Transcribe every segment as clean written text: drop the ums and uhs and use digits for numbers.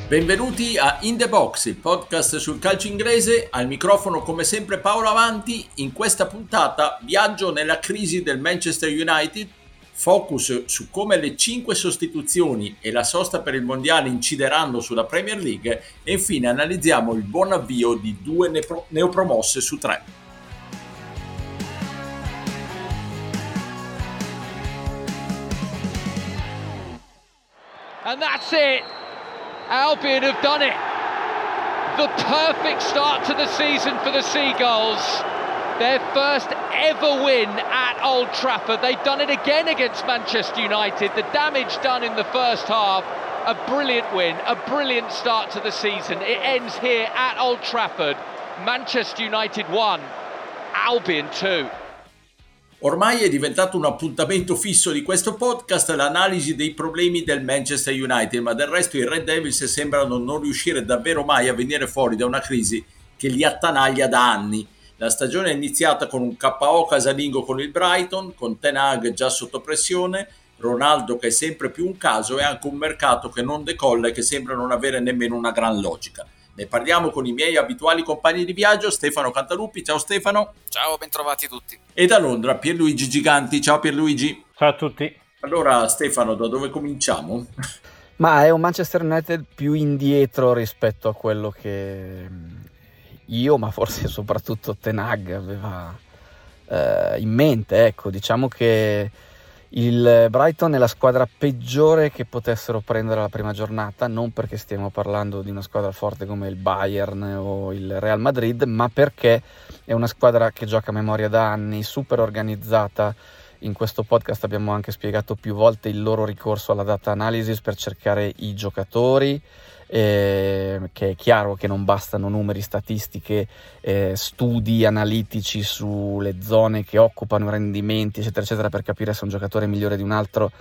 Benvenuti a In The Box, il podcast sul calcio inglese. Al microfono come sempre Paolo Avanti. In questa puntata viaggio nella crisi del Manchester United, focus su come le 5 sostituzioni e la sosta per il mondiale incideranno sulla Premier League e infine analizziamo il buon avvio di 2 neopromosse su 3. And that's it. Albion have done it. The perfect start to the season for the Seagulls. Their first ever win at Old Trafford. They've done it again against Manchester United. The damage done in the first half. A brilliant win, a brilliant start to the season. It ends here at Old Trafford. Manchester United 1, Albion 2. Ormai è diventato un appuntamento fisso di questo podcast l'analisi dei problemi del Manchester United, ma del resto i Red Devils sembrano non riuscire davvero mai a venire fuori da una crisi che li attanaglia da anni. La stagione è iniziata con un KO casalingo con il Brighton, con Ten Hag già sotto pressione, Ronaldo che è sempre più un caso e anche un mercato che non decolla e che sembra non avere nemmeno una gran logica. Ne parliamo con i miei abituali compagni di viaggio, Stefano Cantaluppi. Ciao Stefano. Ciao, bentrovati tutti. E da Londra Pierluigi Giganti. Ciao Pierluigi. Ciao a tutti. Allora Stefano, da dove cominciamo? Ma è un Manchester United più indietro rispetto a quello che io, ma forse soprattutto Ten Hag aveva in mente. Ecco, diciamo che il Brighton è la squadra peggiore che potessero prendere la prima giornata, non perché stiamo parlando di una squadra forte come il Bayern o il Real Madrid, ma perché è una squadra che gioca a memoria da anni, super organizzata. In questo podcast abbiamo anche spiegato più volte il loro ricorso alla data analysis per cercare i giocatori, che è chiaro che non bastano numeri, statistiche, studi analitici sulle zone che occupano, i rendimenti eccetera eccetera per capire se un giocatore è migliore di un altro,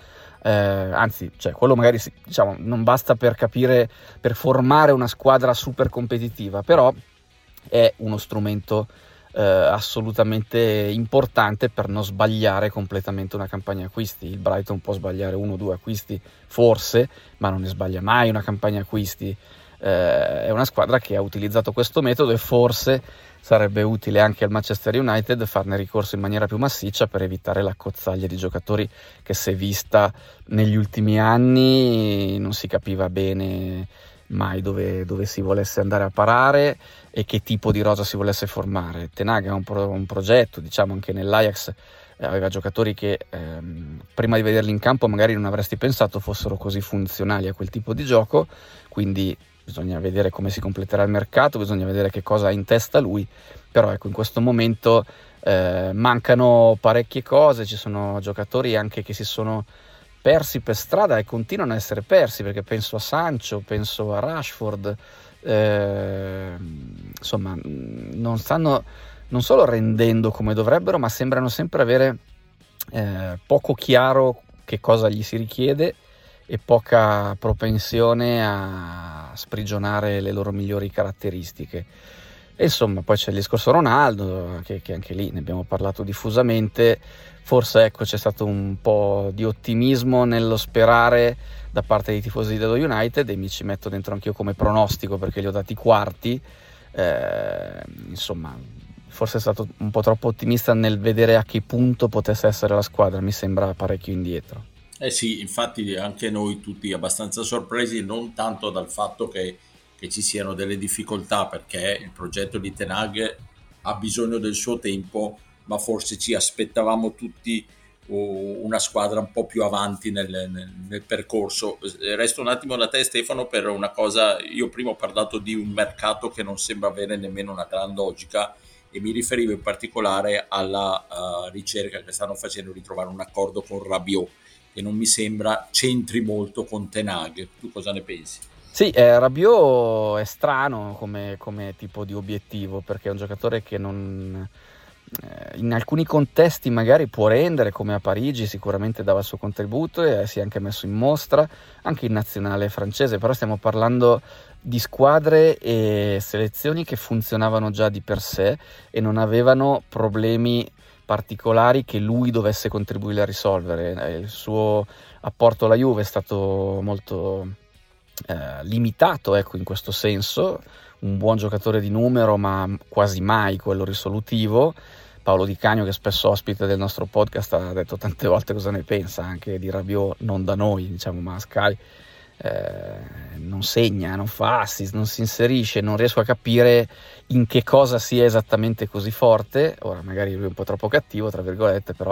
anzi, cioè, quello magari diciamo non basta per capire, per formare una squadra super competitiva, però è uno strumento assolutamente importante per non sbagliare completamente una campagna acquisti. Il Brighton può sbagliare 1 o 2 acquisti forse, ma non ne sbaglia mai una campagna acquisti. È una squadra che ha utilizzato questo metodo e forse sarebbe utile anche al Manchester United farne ricorso in maniera più massiccia per evitare l'accozzaglia di giocatori che si è vista negli ultimi anni, non si capiva bene mai dove si volesse andare a parare e che tipo di rosa si volesse formare. Ten Hag ha un progetto, diciamo, anche nell'Ajax aveva giocatori che prima di vederli in campo magari non avresti pensato fossero così funzionali a quel tipo di gioco, quindi bisogna vedere come si completerà il mercato, bisogna vedere che cosa ha in testa lui, però ecco, in questo momento mancano parecchie cose, ci sono giocatori anche che si sono persi per strada e continuano a essere persi, perché penso a Sancho, penso a Rashford, insomma non stanno non solo rendendo come dovrebbero, ma sembrano sempre avere poco chiaro che cosa gli si richiede e poca propensione a sprigionare le loro migliori caratteristiche. E insomma poi c'è il discorso Ronaldo, che anche lì ne abbiamo parlato diffusamente. Forse ecco c'è stato un po' di ottimismo nello sperare da parte dei tifosi dello United, e mi ci metto dentro anch'io come pronostico perché li ho dati quarti. Insomma forse è stato un po' troppo ottimista nel vedere a che punto potesse essere la squadra, mi sembra parecchio indietro. Sì, infatti anche noi tutti abbastanza sorpresi, non tanto dal fatto che ci siano delle difficoltà, perché il progetto di Ten Hag ha bisogno del suo tempo, ma forse ci aspettavamo tutti una squadra un po' più avanti nel percorso. Resto un attimo da te Stefano per una cosa. Io prima ho parlato di un mercato che non sembra avere nemmeno una gran logica e mi riferivo in particolare alla ricerca che stanno facendo di trovare un accordo con Rabiot, che non mi sembra c'entri molto con Ten Hag. Tu cosa ne pensi? Sì, Rabiot è strano come tipo di obiettivo, perché è un giocatore che non in alcuni contesti magari può rendere, come a Parigi sicuramente dava il suo contributo e si è anche messo in mostra anche in nazionale francese, però stiamo parlando di squadre e selezioni che funzionavano già di per sé e non avevano problemi particolari che lui dovesse contribuire a risolvere. Il suo apporto alla Juve è stato molto limitato, ecco, in questo senso, un buon giocatore di numero ma quasi mai quello risolutivo. Paolo Di Canio, che spesso ospite del nostro podcast, ha detto tante volte cosa ne pensa anche di Rabiot, non da noi diciamo ma a Sky. Non segna, non fa assist, non si inserisce, non riesco a capire in che cosa sia esattamente così forte. Ora magari lui è un po' troppo cattivo tra virgolette, però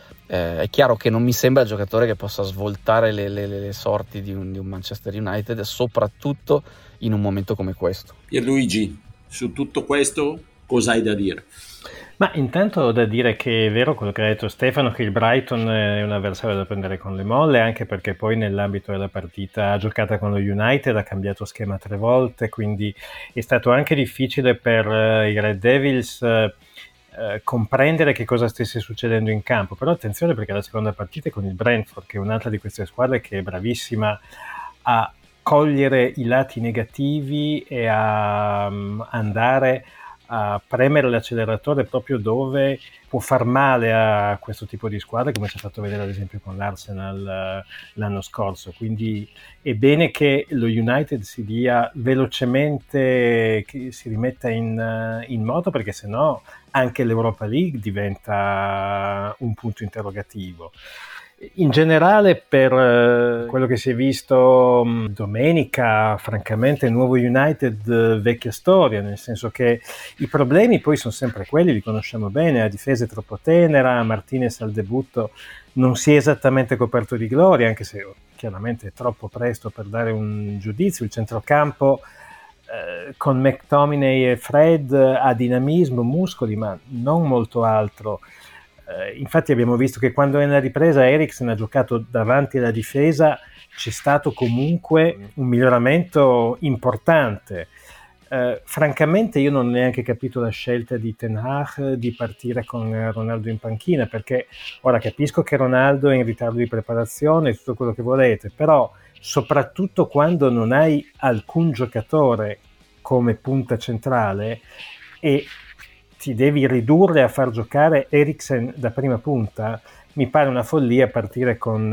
è chiaro che non mi sembra il giocatore che possa svoltare le sorti di un Manchester United, soprattutto in un momento come questo. Pierluigi, su tutto questo cosa hai da dire? Ma intanto ho da dire che è vero quello che ha detto Stefano, che il Brighton è un avversario da prendere con le molle, anche perché poi nell'ambito della partita giocata con lo United ha cambiato schema 3 volte, quindi è stato anche difficile per i Red Devils comprendere che cosa stesse succedendo in campo. Però attenzione, perché la seconda partita è con il Brentford, che è un'altra di queste squadre che è bravissima a cogliere i lati negativi e a andare a premere l'acceleratore proprio dove può far male a questo tipo di squadre, come ci ha fatto vedere ad esempio con l'Arsenal l'anno scorso. Quindi è bene che lo United si dia velocemente, che si rimetta in moto, perché sennò anche l'Europa League diventa un punto interrogativo. In generale, per quello che si è visto domenica, francamente nuovo United, vecchia storia, nel senso che i problemi poi sono sempre quelli, li conosciamo bene. La difesa è troppo tenera, Martinez al debutto non si è esattamente coperto di gloria, anche se chiaramente è troppo presto per dare un giudizio. Il centrocampo con McTominay e Fred ha dinamismo, muscoli, ma non molto altro. Infatti abbiamo visto che quando è nella ripresa Eriksen ha giocato davanti alla difesa, c'è stato comunque un miglioramento importante. Francamente io non ho neanche capito la scelta di Ten Hag di partire con Ronaldo in panchina, perché ora capisco che Ronaldo è in ritardo di preparazione e tutto quello che volete, però soprattutto quando non hai alcun giocatore come punta centrale e ti devi ridurre a far giocare Eriksen da prima punta, mi pare una follia partire con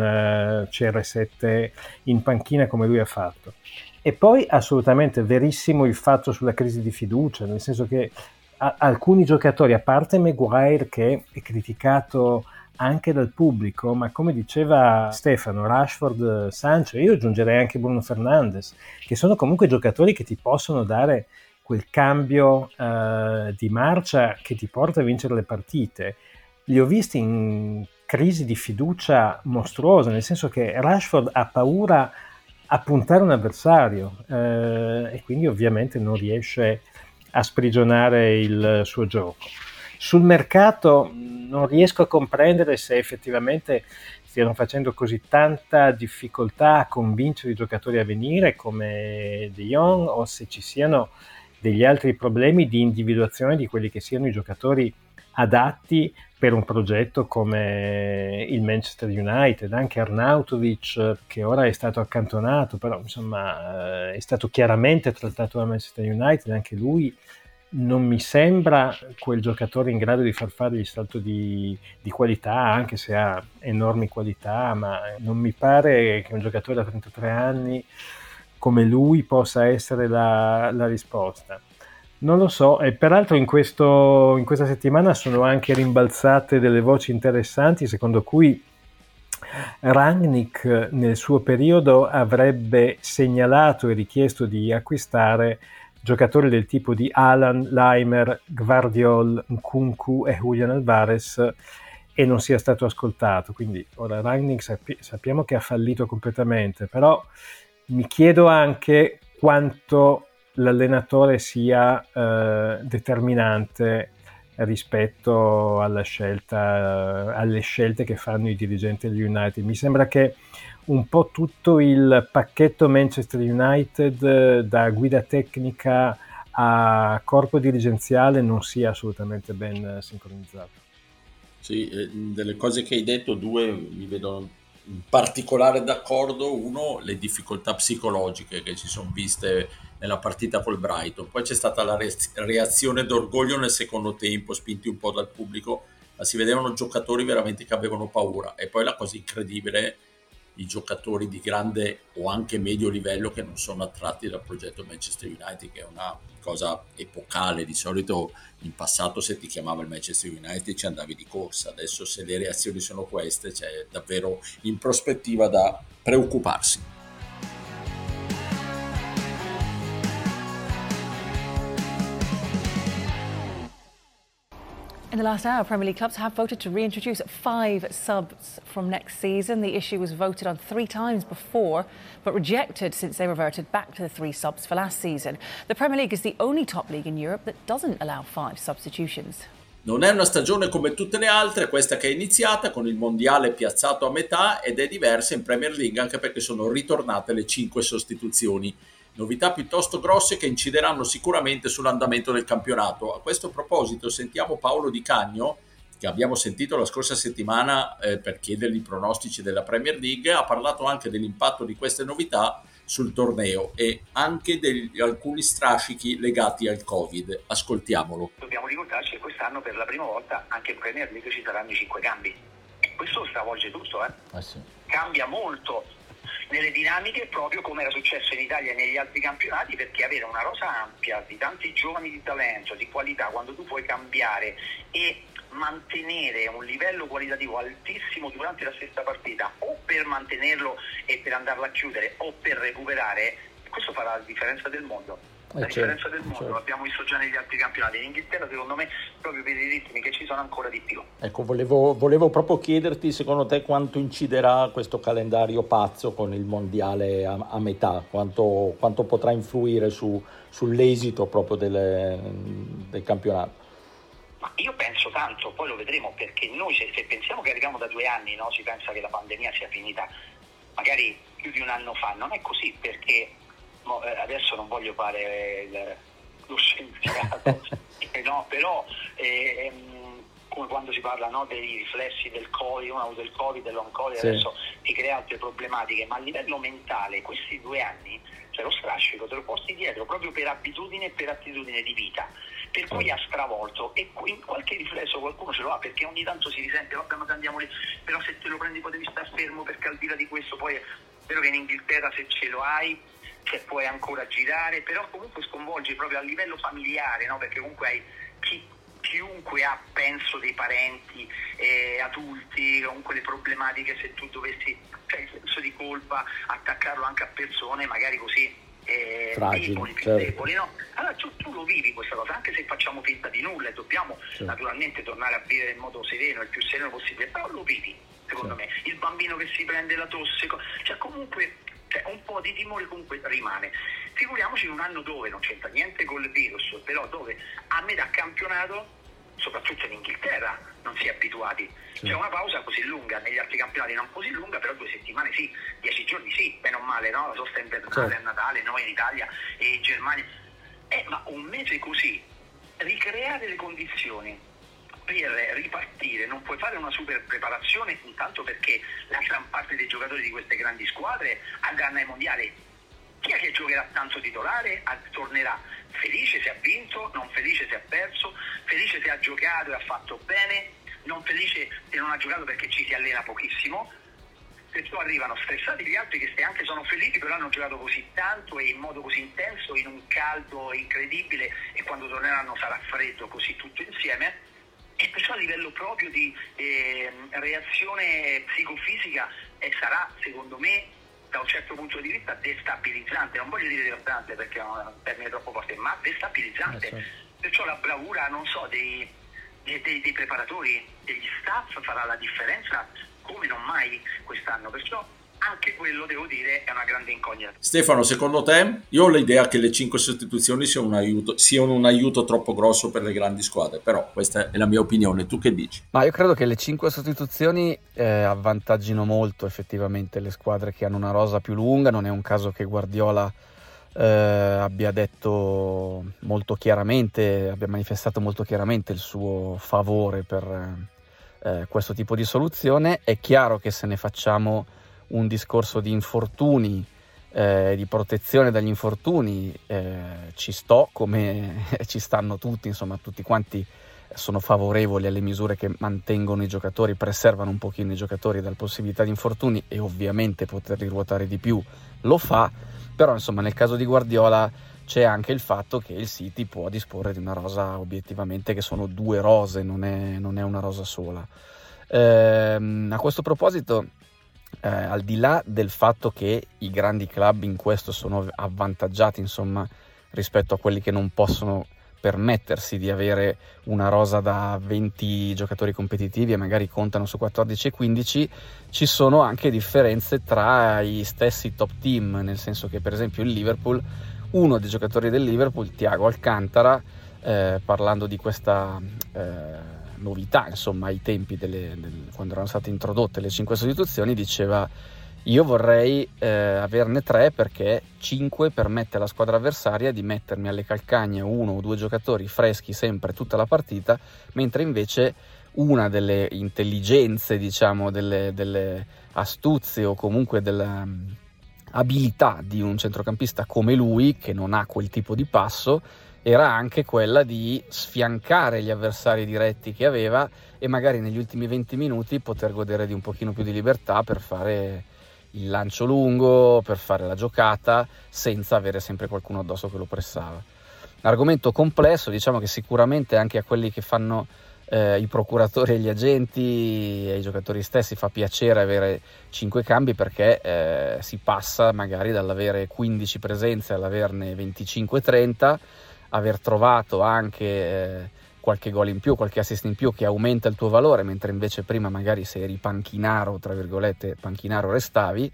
CR7 in panchina come lui ha fatto. E poi assolutamente verissimo il fatto sulla crisi di fiducia, nel senso che alcuni giocatori, a parte Maguire che è criticato anche dal pubblico, ma come diceva Stefano, Rashford, Sancho, io aggiungerei anche Bruno Fernandes, che sono comunque giocatori che ti possono dare quel cambio di marcia che ti porta a vincere le partite. Li ho visti in crisi di fiducia mostruosa, nel senso che Rashford ha paura a puntare un avversario e quindi ovviamente non riesce a sprigionare il suo gioco. Sul mercato non riesco a comprendere se effettivamente stiano facendo così tanta difficoltà a convincere i giocatori a venire come De Jong, o se ci siano degli altri problemi di individuazione di quelli che siano i giocatori adatti per un progetto come il Manchester United. Anche Arnautovic, che ora è stato accantonato, però insomma è stato chiaramente trattato da Manchester United, anche lui non mi sembra quel giocatore in grado di far fare il salto di qualità, anche se ha enormi qualità, ma non mi pare che un giocatore da 33 anni come lui possa essere la risposta. Non lo so, e peraltro in questa settimana sono anche rimbalzate delle voci interessanti secondo cui Rangnick nel suo periodo avrebbe segnalato e richiesto di acquistare giocatori del tipo di Alan, Laimer, Gvardiol, Nkunku e Julian Alvarez e non sia stato ascoltato. Quindi ora Rangnick sappiamo che ha fallito completamente, però mi chiedo anche quanto l'allenatore sia determinante rispetto alle scelte che fanno i dirigenti degli United. Mi sembra che un po' tutto il pacchetto Manchester United, da guida tecnica a corpo dirigenziale, non sia assolutamente ben sincronizzato. Sì, delle cose che hai detto, due mi vedono in particolare d'accordo. Uno, le difficoltà psicologiche che ci sono viste nella partita col Brighton, poi c'è stata la reazione d'orgoglio nel secondo tempo, spinti un po' dal pubblico, ma si vedevano giocatori veramente che avevano paura. E poi la cosa incredibile i giocatori di grande o anche medio livello che non sono attratti dal progetto Manchester United, che è una cosa epocale. Di solito in passato se ti chiamava il Manchester United ci andavi di corsa, adesso se le reazioni sono queste c'è davvero in prospettiva da preoccuparsi. In the last hour, Premier League clubs have voted to reintroduce 5 subs from next season. The issue was voted on 3 times before, but rejected since they reverted back to the 3 subs for last season. The Premier League is the only top league in Europe that doesn't allow 5 substitutions. Non è una stagione come tutte le altre, questa che è iniziata con il mondiale piazzato a metà, ed è diversa in Premier League anche perché sono ritornate le 5 sostituzioni. Novità piuttosto grosse che incideranno sicuramente sull'andamento del campionato. A questo proposito sentiamo Paolo Di Cagno, che abbiamo sentito la scorsa settimana per chiedergli i pronostici della Premier League. Ha parlato anche dell'impatto di queste novità sul torneo e anche di alcuni strascichi legati al Covid. Ascoltiamolo. Dobbiamo ricordarci che quest'anno per la prima volta anche in Premier League ci saranno i 5 cambi. Questo stravolge tutto, Sì. Cambia molto nelle dinamiche, proprio come era successo in Italia e negli altri campionati, perché avere una rosa ampia di tanti giovani di talento, di qualità, quando tu puoi cambiare e mantenere un livello qualitativo altissimo durante la stessa partita, o per mantenerlo e per andarla a chiudere o per recuperare, questo farà la differenza del mondo. La differenza del mondo l'abbiamo visto già negli altri campionati. In Inghilterra secondo me proprio per i ritmi che ci sono ancora di più. Ecco, volevo proprio chiederti secondo te quanto inciderà questo calendario pazzo con il mondiale a metà, quanto potrà influire sull'esito proprio del campionato. Ma io penso tanto, poi lo vedremo, perché noi se pensiamo che arriviamo da 2 anni, no, si pensa che la pandemia sia finita magari più di un anno fa. Non è così, perché adesso non voglio fare lo scienziato, no, però come quando si parla, no, dei riflessi del Covid, uno ha avuto il Covid, il long Covid, sì. Adesso ti crea altre problematiche, ma a livello mentale questi 2 anni, cioè lo strascico te lo porti dietro proprio per abitudine e per attitudine di vita, per cui ha stravolto, e in qualche riflesso qualcuno ce lo ha, perché ogni tanto si risente, vabbè ma andiamo lì, però se te lo prendi potevi stare fermo, perché al di là di questo poi è vero che in Inghilterra se ce lo hai che puoi ancora girare, però comunque sconvolge proprio a livello familiare, no? Perché comunque hai chiunque ha, penso, dei parenti adulti, comunque le problematiche, se tu dovessi, cioè il senso di colpa, attaccarlo anche a persone magari così deboli, più deboli, no? Allora tu lo vivi questa cosa, anche se facciamo finta di nulla e dobbiamo naturalmente tornare a vivere in modo sereno, il più sereno possibile, però lo vivi, secondo me. Il bambino che si prende la tosse, cioè comunque un po' di timore comunque rimane. Figuriamoci in un anno dove non c'entra niente col virus, però dove a metà campionato, soprattutto in Inghilterra, non si è abituati. C'è una pausa così lunga, negli altri campionati non così lunga, però 2 settimane sì, 10 giorni sì, bene o male, no? La sosta invernale a Natale, noi in Italia e in Germania. Ma un mese così, ricreare le condizioni per ripartire, non puoi fare una super preparazione, intanto perché la gran parte dei giocatori di queste grandi squadre andranno ai mondiali. Chi è che giocherà tanto titolare? Tornerà felice se ha vinto, non felice se ha perso, felice se ha giocato e ha fatto bene, non felice se non ha giocato perché ci si allena pochissimo. Perciò arrivano stressati gli altri che anche sono felici, però hanno giocato così tanto e in modo così intenso, in un caldo incredibile, e quando torneranno sarà freddo, così tutto insieme. E perciò a livello proprio di reazione psicofisica sarà, secondo me, da un certo punto di vista destabilizzante. Non voglio dire devastante perché è un termine troppo forte, ma destabilizzante. Perciò la bravura, non so, dei preparatori, degli staff farà la differenza come non mai quest'anno. Perciò anche quello, devo dire, è una grande incognita. Stefano, secondo te? Io ho l'idea che le 5 sostituzioni siano un aiuto troppo grosso per le grandi squadre, però questa è la mia opinione. Tu che dici? Ma io credo che le 5 sostituzioni avvantaggino molto effettivamente le squadre che hanno una rosa più lunga. Non è un caso che Guardiola abbia detto molto chiaramente, abbia manifestato molto chiaramente il suo favore per questo tipo di soluzione. È chiaro che se ne facciamo un discorso di infortuni, di protezione dagli infortuni, ci sto, come ci stanno tutti, insomma tutti quanti sono favorevoli alle misure che mantengono i giocatori, preservano un pochino i giocatori dalla possibilità di infortuni, e ovviamente poterli ruotare di più lo fa. Però insomma nel caso di Guardiola c'è anche il fatto che il City può disporre di una rosa, obiettivamente, che sono 2 rose, non è una rosa sola. A questo proposito, al di là del fatto che i grandi club in questo sono avvantaggiati, insomma, rispetto a quelli che non possono permettersi di avere una rosa da 20 giocatori competitivi e magari contano su 14 e 15, ci sono anche differenze tra i stessi top team, nel senso che per esempio il Liverpool, uno dei giocatori del Liverpool, Thiago Alcantara, parlando di questa novità, insomma, ai tempi quando erano state introdotte le 5 sostituzioni, diceva: io vorrei averne 3 perché 5 permette alla squadra avversaria di mettermi alle calcagna 1 o 2 giocatori freschi sempre tutta la partita, mentre invece una delle intelligenze, diciamo, delle astuzie o comunque delle abilità di un centrocampista come lui, che non ha quel tipo di passo, era anche quella di sfiancare gli avversari diretti che aveva e magari negli ultimi 20 minuti poter godere di un pochino più di libertà per fare il lancio lungo, per fare la giocata senza avere sempre qualcuno addosso che lo pressava. Argomento complesso, diciamo che sicuramente anche a quelli che fanno i procuratori e gli agenti e ai giocatori stessi fa piacere avere 5 cambi, perché si passa magari dall'avere 15 presenze all'averne 25-30, aver trovato anche qualche gol in più, qualche assist in più che aumenta il tuo valore, mentre invece prima magari se eri panchinaro, tra virgolette, panchinaro restavi,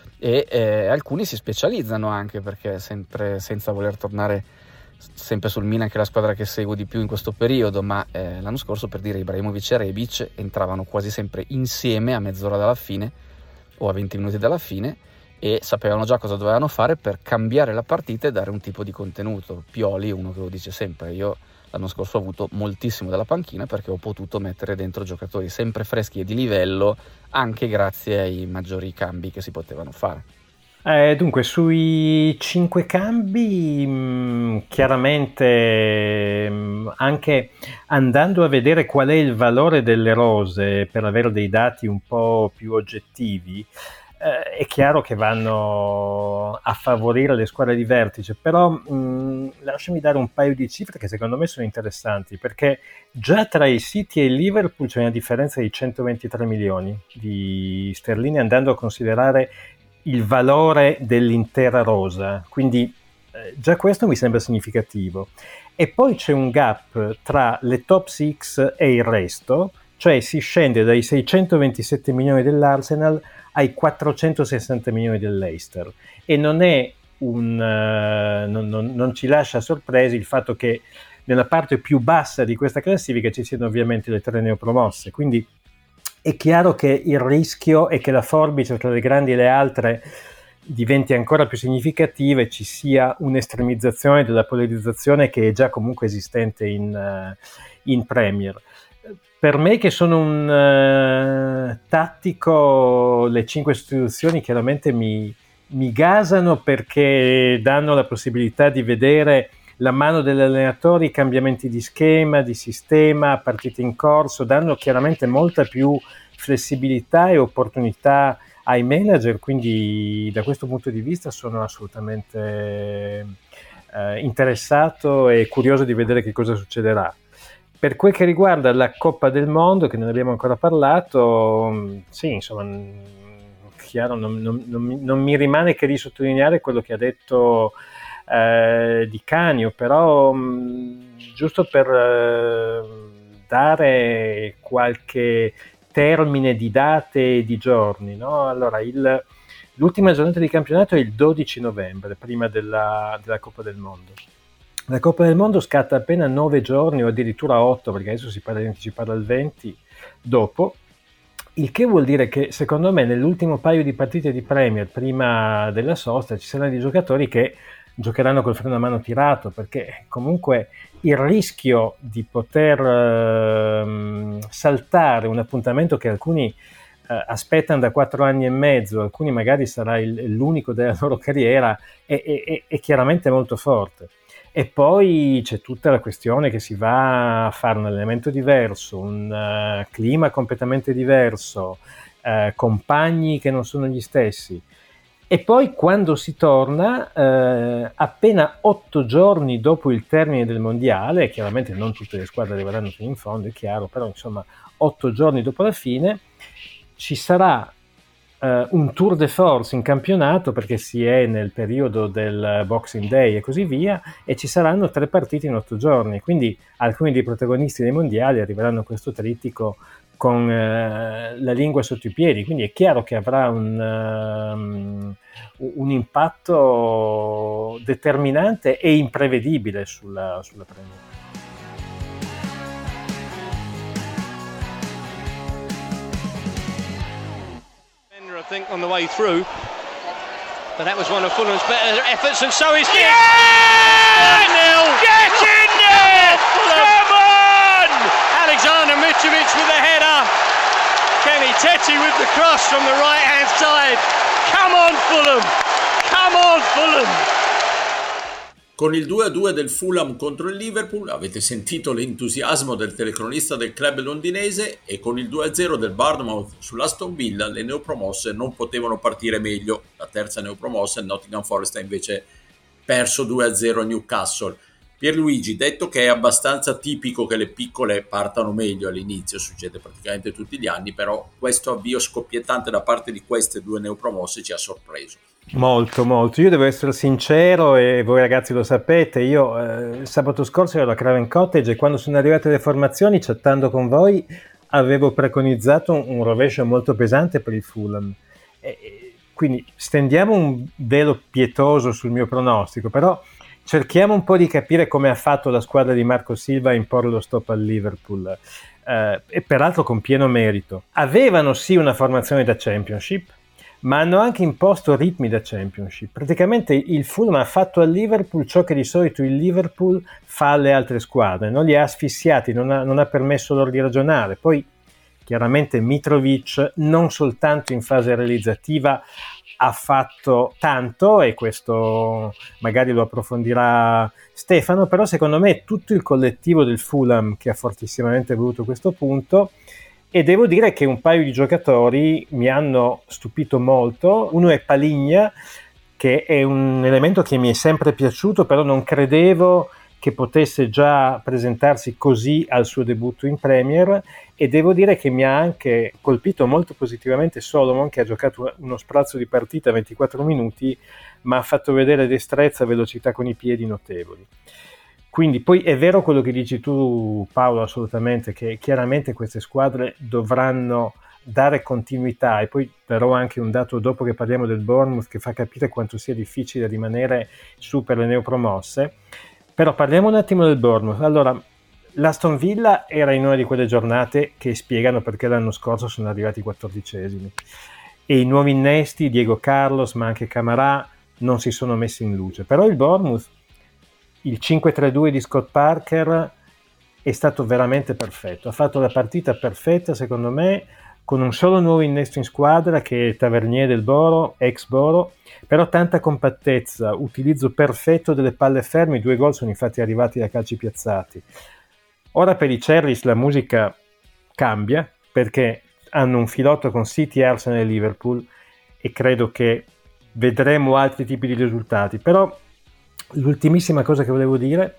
e alcuni si specializzano anche, perché sempre, senza voler tornare sempre sul Milan, che è la squadra che seguo di più in questo periodo, ma l'anno scorso, per dire, Ibrahimovic e Rebic entravano quasi sempre insieme a mezz'ora dalla fine o a 20 minuti dalla fine e sapevano già cosa dovevano fare per cambiare la partita e dare un tipo di contenuto. Pioli è uno che lo dice sempre: io l'anno scorso ho avuto moltissimo dalla panchina perché ho potuto mettere dentro giocatori sempre freschi e di livello, anche grazie ai maggiori cambi che si potevano fare. Dunque, sui 5 cambi, chiaramente, anche andando a vedere qual è il valore delle rose per avere dei dati un po' più oggettivi, è chiaro che vanno a favorire le squadre di vertice, però lasciami dare un paio di cifre che secondo me sono interessanti, perché già tra il City e il Liverpool c'è una differenza di 123 milioni di sterline, andando a considerare il valore dell'intera rosa, quindi già questo mi sembra significativo. E poi c'è un gap tra le top 6 e il resto, cioè si scende dai 627 milioni dell'Arsenal ai 460 milioni dell'Leicester, e non è non ci lascia sorpresi il fatto che nella parte più bassa di questa classifica ci siano ovviamente le 3 neopromosse, quindi è chiaro che il rischio è che la forbice tra le grandi e le altre diventi ancora più significativa e ci sia un'estremizzazione della polarizzazione che è già comunque esistente in Premier. Per me, che sono un tattico, le 5 sostituzioni chiaramente mi gasano, perché danno la possibilità di vedere la mano degli allenatori, i cambiamenti di schema, di sistema, partite in corso, danno chiaramente molta più flessibilità e opportunità ai manager, quindi da questo punto di vista sono assolutamente interessato e curioso di vedere che cosa succederà. Per quel che riguarda la Coppa del Mondo, che non abbiamo ancora parlato, sì, insomma, chiaro, non mi rimane che di sottolineare quello che ha detto Di Canio, però giusto per dare qualche termine di date e di giorni, no? Allora, l'ultima giornata di campionato è il 12 novembre, prima della Coppa del Mondo. La Coppa del Mondo scatta appena 9 giorni o addirittura 8, perché adesso si parla di anticipare al 20 dopo, il che vuol dire che secondo me nell'ultimo paio di partite di Premier prima della sosta ci saranno dei giocatori che giocheranno col freno a mano tirato, perché comunque il rischio di poter saltare un appuntamento che alcuni aspettano da 4 anni e mezzo, alcuni magari sarà l'unico della loro carriera, è chiaramente molto forte. E poi c'è tutta la questione che si va a fare un allenamento diverso, un clima completamente diverso, compagni che non sono gli stessi. E poi quando si torna, appena 8 giorni dopo il termine del mondiale, chiaramente non tutte le squadre arriveranno fino in fondo, è chiaro, però insomma 8 giorni dopo la fine ci sarà un tour de force in campionato, perché si è nel periodo del Boxing Day e così via, e ci saranno 3 partite in 8 giorni, quindi alcuni dei protagonisti dei mondiali arriveranno a questo trittico con la lingua sotto i piedi, quindi è chiaro che avrà un impatto determinante e imprevedibile sulla Premier. I think on the way through, but that was one of Fulham's better efforts, and so is this. Yes! 1-0. Get in there! Come on! Alexander Mitrovic with the header. Kenny Teti with the cross from the right-hand side. Come on, Fulham! Come on, Fulham! Con il 2-2 del Fulham contro il Liverpool avete sentito l'entusiasmo del telecronista del club londinese, e con il 2-0 del Bournemouth sull'Aston Villa le neopromosse non potevano partire meglio. La terza neopromossa, il Nottingham Forest, ha invece perso 2-0 a Newcastle. Pierluigi, detto che è abbastanza tipico che le piccole partano meglio all'inizio, succede praticamente tutti gli anni, però questo avvio scoppiettante da parte di queste due neopromosse ci ha sorpreso. Molto, molto. Io devo essere sincero, e voi ragazzi lo sapete, io il sabato scorso ero a Craven Cottage, e quando sono arrivate le formazioni, chattando con voi, avevo preconizzato un rovescio molto pesante per il Fulham. Quindi stendiamo un velo pietoso sul mio pronostico, però cerchiamo un po' di capire come ha fatto la squadra di Marco Silva a imporre lo stop al Liverpool, e peraltro con pieno merito. Avevano sì una formazione da Championship, ma hanno anche imposto ritmi da Championship. Praticamente il Fulham ha fatto al Liverpool ciò che di solito il Liverpool fa alle altre squadre, non li ha asfissiati, non ha permesso loro di ragionare. Poi chiaramente Mitrovic non soltanto in fase realizzativa ha fatto tanto, e questo magari lo approfondirà Stefano, però secondo me è tutto il collettivo del Fulham che ha fortissimamente voluto questo punto. E devo dire che un paio di giocatori mi hanno stupito molto. Uno è Paligna, che è un elemento che mi è sempre piaciuto, però non credevo che potesse già presentarsi così al suo debutto in Premier, e devo dire che mi ha anche colpito molto positivamente Solomon, che ha giocato uno sprazzo di partita a 24 minuti, ma ha fatto vedere destrezza e velocità con i piedi notevoli. Quindi poi è vero quello che dici tu, Paolo, assolutamente, che chiaramente queste squadre dovranno dare continuità, e poi darò anche un dato dopo che parliamo del Bournemouth che fa capire quanto sia difficile rimanere su per le neopromosse. Però parliamo un attimo del Bournemouth. Allora, l'Aston Villa era in una di quelle giornate che spiegano perché l'anno scorso sono arrivati 14esimi, e i nuovi innesti, Diego Carlos ma anche Camarà, non si sono messi in luce. Però il Bournemouth, il 5-3-2 di Scott Parker è stato veramente perfetto, ha fatto la partita perfetta secondo me, con un solo nuovo innesto in squadra che è Tavernier del Boro, ex Boro, però tanta compattezza, utilizzo perfetto delle palle ferme, i 2 gol sono infatti arrivati da calci piazzati. Ora per i Cherries la musica cambia, perché hanno un filotto con City, Arsenal e Liverpool, e credo che vedremo altri tipi di risultati. Però l'ultimissima cosa che volevo dire,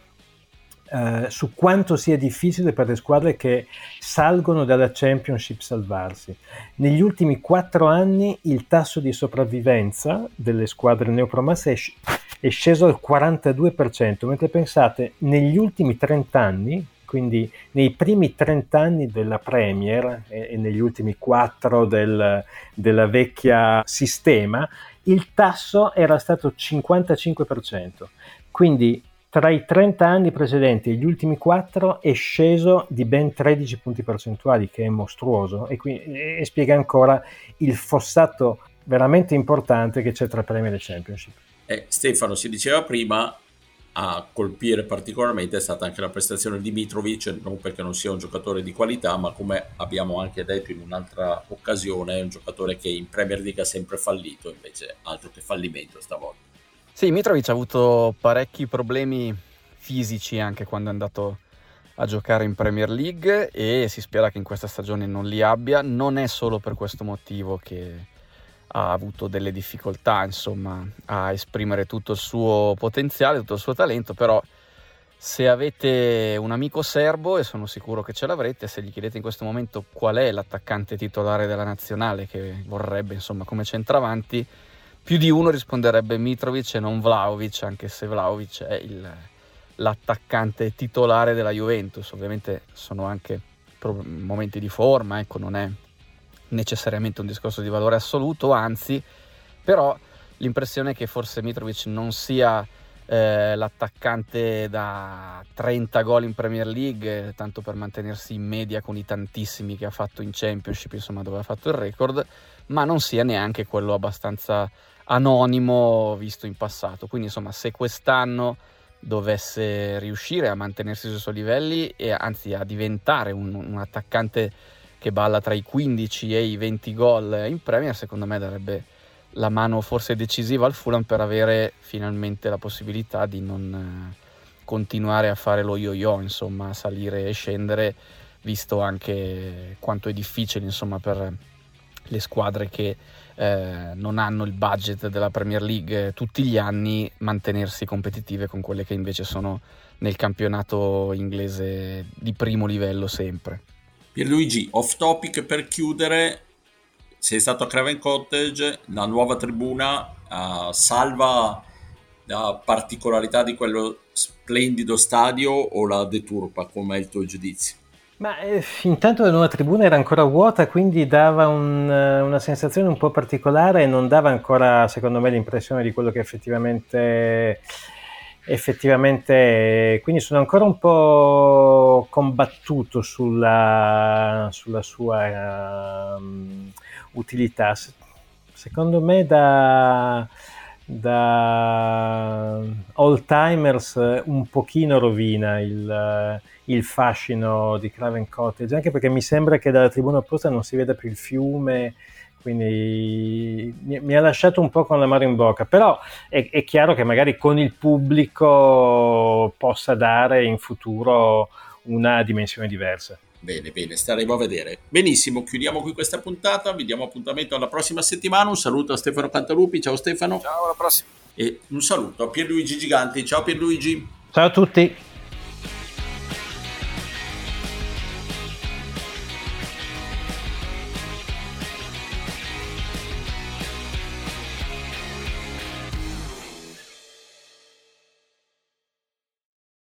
su quanto sia difficile per le squadre che salgono dalla Championship salvarsi. Negli ultimi 4 anni il tasso di sopravvivenza delle squadre neopromosse è sceso al 42%, mentre pensate, negli ultimi 30 anni, quindi nei primi 30 anni della Premier e negli ultimi 4 della vecchia sistema, il tasso era stato 55%. Quindi tra i 30 anni precedenti e gli ultimi 4 è sceso di ben 13 punti percentuali, che è mostruoso, e spiega ancora il fossato veramente importante che c'è tra Premier e Championship. Stefano, si diceva prima, a colpire particolarmente è stata anche la prestazione di Mitrovic, non perché non sia un giocatore di qualità, ma come abbiamo anche detto in un'altra occasione, è un giocatore che in Premier League ha sempre fallito, invece altro che fallimento stavolta. Sì, Mitrovic ha avuto parecchi problemi fisici anche quando è andato a giocare in Premier League, e si spera che in questa stagione non li abbia. Non è solo per questo motivo che ha avuto delle difficoltà, insomma, a esprimere tutto il suo potenziale, tutto il suo talento, però se avete un amico serbo, e sono sicuro che ce l'avrete, se gli chiedete in questo momento qual è l'attaccante titolare della nazionale che vorrebbe, insomma, come centravanti, più di uno risponderebbe Mitrovic e non Vlahovic, anche se Vlahovic è l'attaccante titolare della Juventus. Ovviamente sono anche momenti di forma, ecco, non è necessariamente un discorso di valore assoluto, anzi, però l'impressione è che forse Mitrovic non sia l'attaccante da 30 gol in Premier League, tanto per mantenersi in media con i tantissimi che ha fatto in Championship, insomma, dove ha fatto il record, ma non sia neanche quello abbastanza anonimo visto in passato. Quindi, insomma, se quest'anno dovesse riuscire a mantenersi sui suoi livelli e anzi a diventare un attaccante che balla tra i 15 e i 20 gol in Premier, secondo me darebbe la mano forse decisiva al Fulham per avere finalmente la possibilità di non continuare a fare lo yo-yo, insomma, salire e scendere, visto anche quanto è difficile, insomma, per le squadre che non hanno il budget della Premier League tutti gli anni, mantenersi competitive con quelle che invece sono nel campionato inglese di primo livello sempre. Pierluigi, off topic per chiudere, sei stato a Craven Cottage, la nuova tribuna salva la particolarità di quello splendido stadio o la deturpa? Com'è il tuo giudizio? Ma intanto la nuova tribuna era ancora vuota, quindi dava una sensazione un po' particolare e non dava ancora, secondo me, l'impressione di quello che effettivamente, quindi sono ancora un po' combattuto sulla sua utilità. Secondo me da old timers un pochino rovina il fascino di Craven Cottage, anche perché mi sembra che dalla tribuna opposta non si veda più il fiume, quindi mi ha lasciato un po' con l'amaro in bocca, però è chiaro che magari con il pubblico possa dare in futuro una dimensione diversa. Bene, staremo a vedere. Benissimo, chiudiamo qui questa puntata, vi diamo appuntamento alla prossima settimana. Un saluto a Stefano Cantalupi, ciao Stefano. Ciao, alla prossima. E un saluto a Pierluigi Giganti, ciao Pierluigi. Ciao a tutti.